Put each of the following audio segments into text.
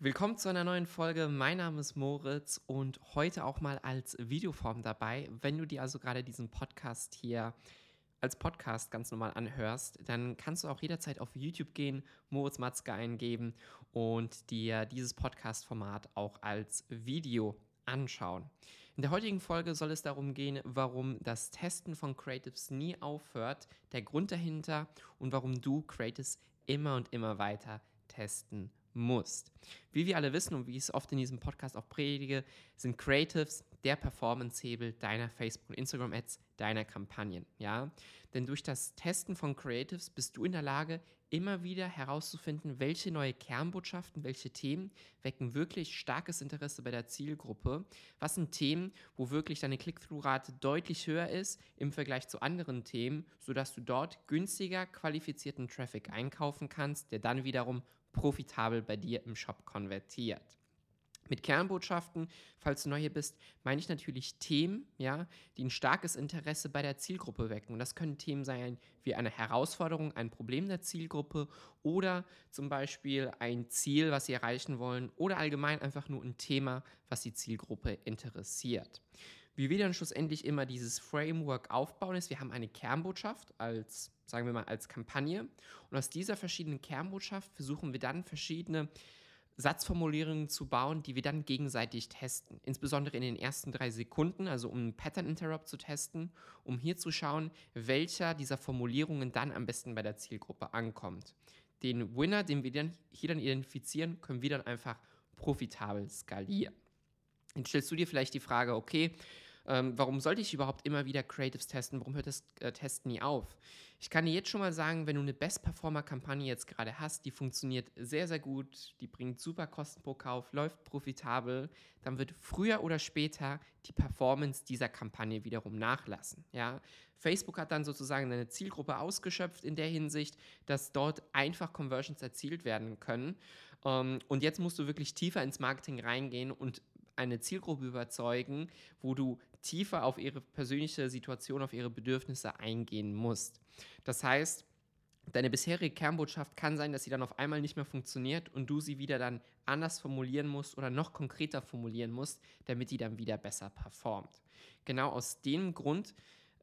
Willkommen zu einer neuen Folge. Mein Name ist Moritz und heute auch mal als Videoform dabei. Wenn du dir also gerade diesen Podcast hier als Podcast ganz normal anhörst, dann kannst du auch jederzeit auf YouTube gehen, Moritz Matzke eingeben und dir dieses Podcast-Format auch als Video anschauen. In der heutigen Folge soll es darum gehen, warum das Testen von Creatives nie aufhört, der Grund dahinter und warum du Creatives immer und immer weiter testen musst. Wie wir alle wissen und wie ich es oft in diesem Podcast auch predige, sind Creatives der Performance-Hebel deiner Facebook- und Instagram-Ads, deiner Kampagnen. Ja? Denn durch das Testen von Creatives bist du in der Lage, immer wieder herauszufinden, welche neue Kernbotschaften, welche Themen wecken wirklich starkes Interesse bei der Zielgruppe. Was sind Themen, wo wirklich deine Click-Through-Rate deutlich höher ist im Vergleich zu anderen Themen, sodass du dort günstiger qualifizierten Traffic einkaufen kannst, der dann wiederum profitabel bei dir im Shop konvertiert. Mit Kernbotschaften, falls du neu hier bist, meine ich natürlich Themen, ja, die ein starkes Interesse bei der Zielgruppe wecken. Und das können Themen sein wie eine Herausforderung, ein Problem der Zielgruppe oder zum Beispiel ein Ziel, was sie erreichen wollen oder allgemein einfach nur ein Thema, was die Zielgruppe interessiert. Wie wir dann schlussendlich immer dieses Framework aufbauen, ist, wir haben eine Kernbotschaft als, sagen wir mal, als Kampagne. Und aus dieser verschiedenen Kernbotschaft versuchen wir dann verschiedene Satzformulierungen zu bauen, die wir dann gegenseitig testen. Insbesondere in den ersten 3 Sekunden, also um einen Pattern Interrupt zu testen, um hier zu schauen, welcher dieser Formulierungen dann am besten bei der Zielgruppe ankommt. Den Winner, den wir dann hier dann identifizieren, können wir dann einfach profitabel skalieren. Jetzt stellst du dir vielleicht die Frage, okay, warum sollte ich überhaupt immer wieder Creatives testen? Warum hört das Testen nie auf? Ich kann dir jetzt schon mal sagen, wenn du eine Best-Performer-Kampagne jetzt gerade hast, die funktioniert sehr, sehr gut, die bringt super Kosten pro Kauf, läuft profitabel, dann wird früher oder später die Performance dieser Kampagne wiederum nachlassen. Ja? Facebook hat dann sozusagen eine Zielgruppe ausgeschöpft in der Hinsicht, dass dort einfach Conversions erzielt werden können. Und jetzt musst du wirklich tiefer ins Marketing reingehen und eine Zielgruppe überzeugen, wo du tiefer auf ihre persönliche Situation, auf ihre Bedürfnisse eingehen musst. Das heißt, deine bisherige Kernbotschaft kann sein, dass sie dann auf einmal nicht mehr funktioniert und du sie wieder dann anders formulieren musst oder noch konkreter formulieren musst, damit die dann wieder besser performt. Genau aus dem Grund,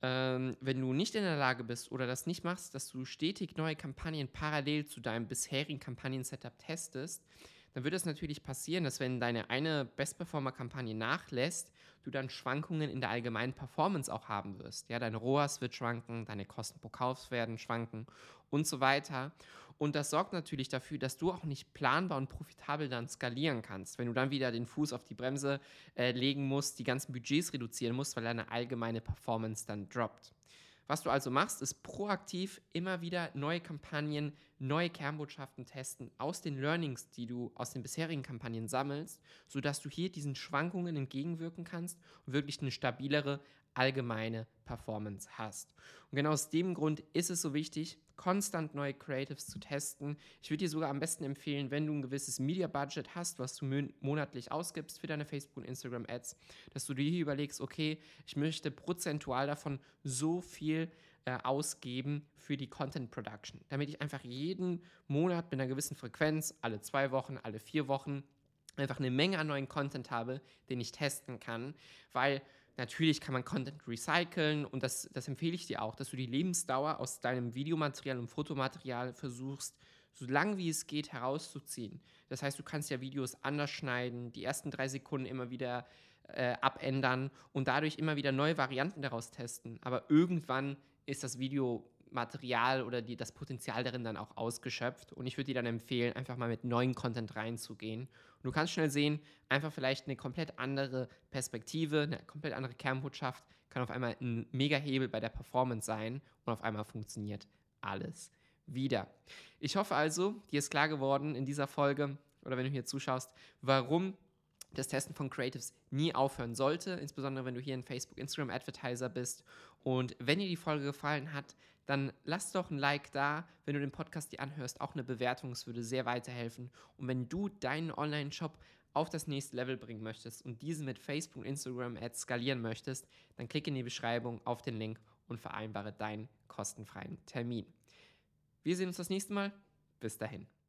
wenn du nicht in der Lage bist oder das nicht machst, dass du stetig neue Kampagnen parallel zu deinem bisherigen Kampagnen-Setup testest, dann wird es natürlich passieren, dass wenn deine eine Best-Performer-Kampagne nachlässt, du dann Schwankungen in der allgemeinen Performance auch haben wirst. Ja, dein ROAS wird schwanken, deine Kosten pro Kauf werden schwanken und so weiter. Und das sorgt natürlich dafür, dass du auch nicht planbar und profitabel dann skalieren kannst. Wenn du dann wieder den Fuß auf die Bremse legen musst, die ganzen Budgets reduzieren musst, weil deine allgemeine Performance dann droppt. Was du also machst, ist proaktiv immer wieder neue Kampagnen, neue Kernbotschaften testen aus den Learnings, die du aus den bisherigen Kampagnen sammelst, sodass du hier diesen Schwankungen entgegenwirken kannst und wirklich eine stabilere allgemeine Performance hast. Und genau aus dem Grund ist es so wichtig, konstant neue Creatives zu testen. Ich würde dir sogar am besten empfehlen, wenn du ein gewisses Media-Budget hast, was du monatlich ausgibst für deine Facebook- und Instagram-Ads, dass du dir hier überlegst, okay, ich möchte prozentual davon so viel ausgeben für die Content Production, damit ich einfach jeden Monat mit einer gewissen Frequenz, alle 2 Wochen, alle 4 Wochen, einfach eine Menge an neuen Content habe, den ich testen kann, weil natürlich kann man Content recyceln und das empfehle ich dir auch, dass du die Lebensdauer aus deinem Videomaterial und Fotomaterial versuchst, so lang wie es geht, herauszuziehen. Das heißt, du kannst ja Videos anders schneiden, die ersten 3 Sekunden immer wieder abändern und dadurch immer wieder neue Varianten daraus testen. Aber irgendwann ist das Videomaterial oder das Potenzial darin dann auch ausgeschöpft. Und ich würde dir dann empfehlen, einfach mal mit neuen Content reinzugehen. Und du kannst schnell sehen, einfach vielleicht eine komplett andere Perspektive, eine komplett andere Kernbotschaft kann auf einmal ein Mega-Hebel bei der Performance sein und auf einmal funktioniert alles wieder. Ich hoffe also, dir ist klar geworden in dieser Folge oder wenn du hier zuschaust, warum das Testen von Creatives nie aufhören sollte, insbesondere wenn du hier ein Facebook, Instagram Advertiser bist. Und wenn dir die Folge gefallen hat, dann lass doch ein Like da. Wenn du den Podcast dir anhörst, auch eine Bewertung, es würde sehr weiterhelfen. Und wenn du deinen Online-Shop auf das nächste Level bringen möchtest und diesen mit Facebook und Instagram Ads skalieren möchtest, dann klicke in die Beschreibung auf den Link und vereinbare deinen kostenfreien Termin. Wir sehen uns das nächste Mal. Bis dahin.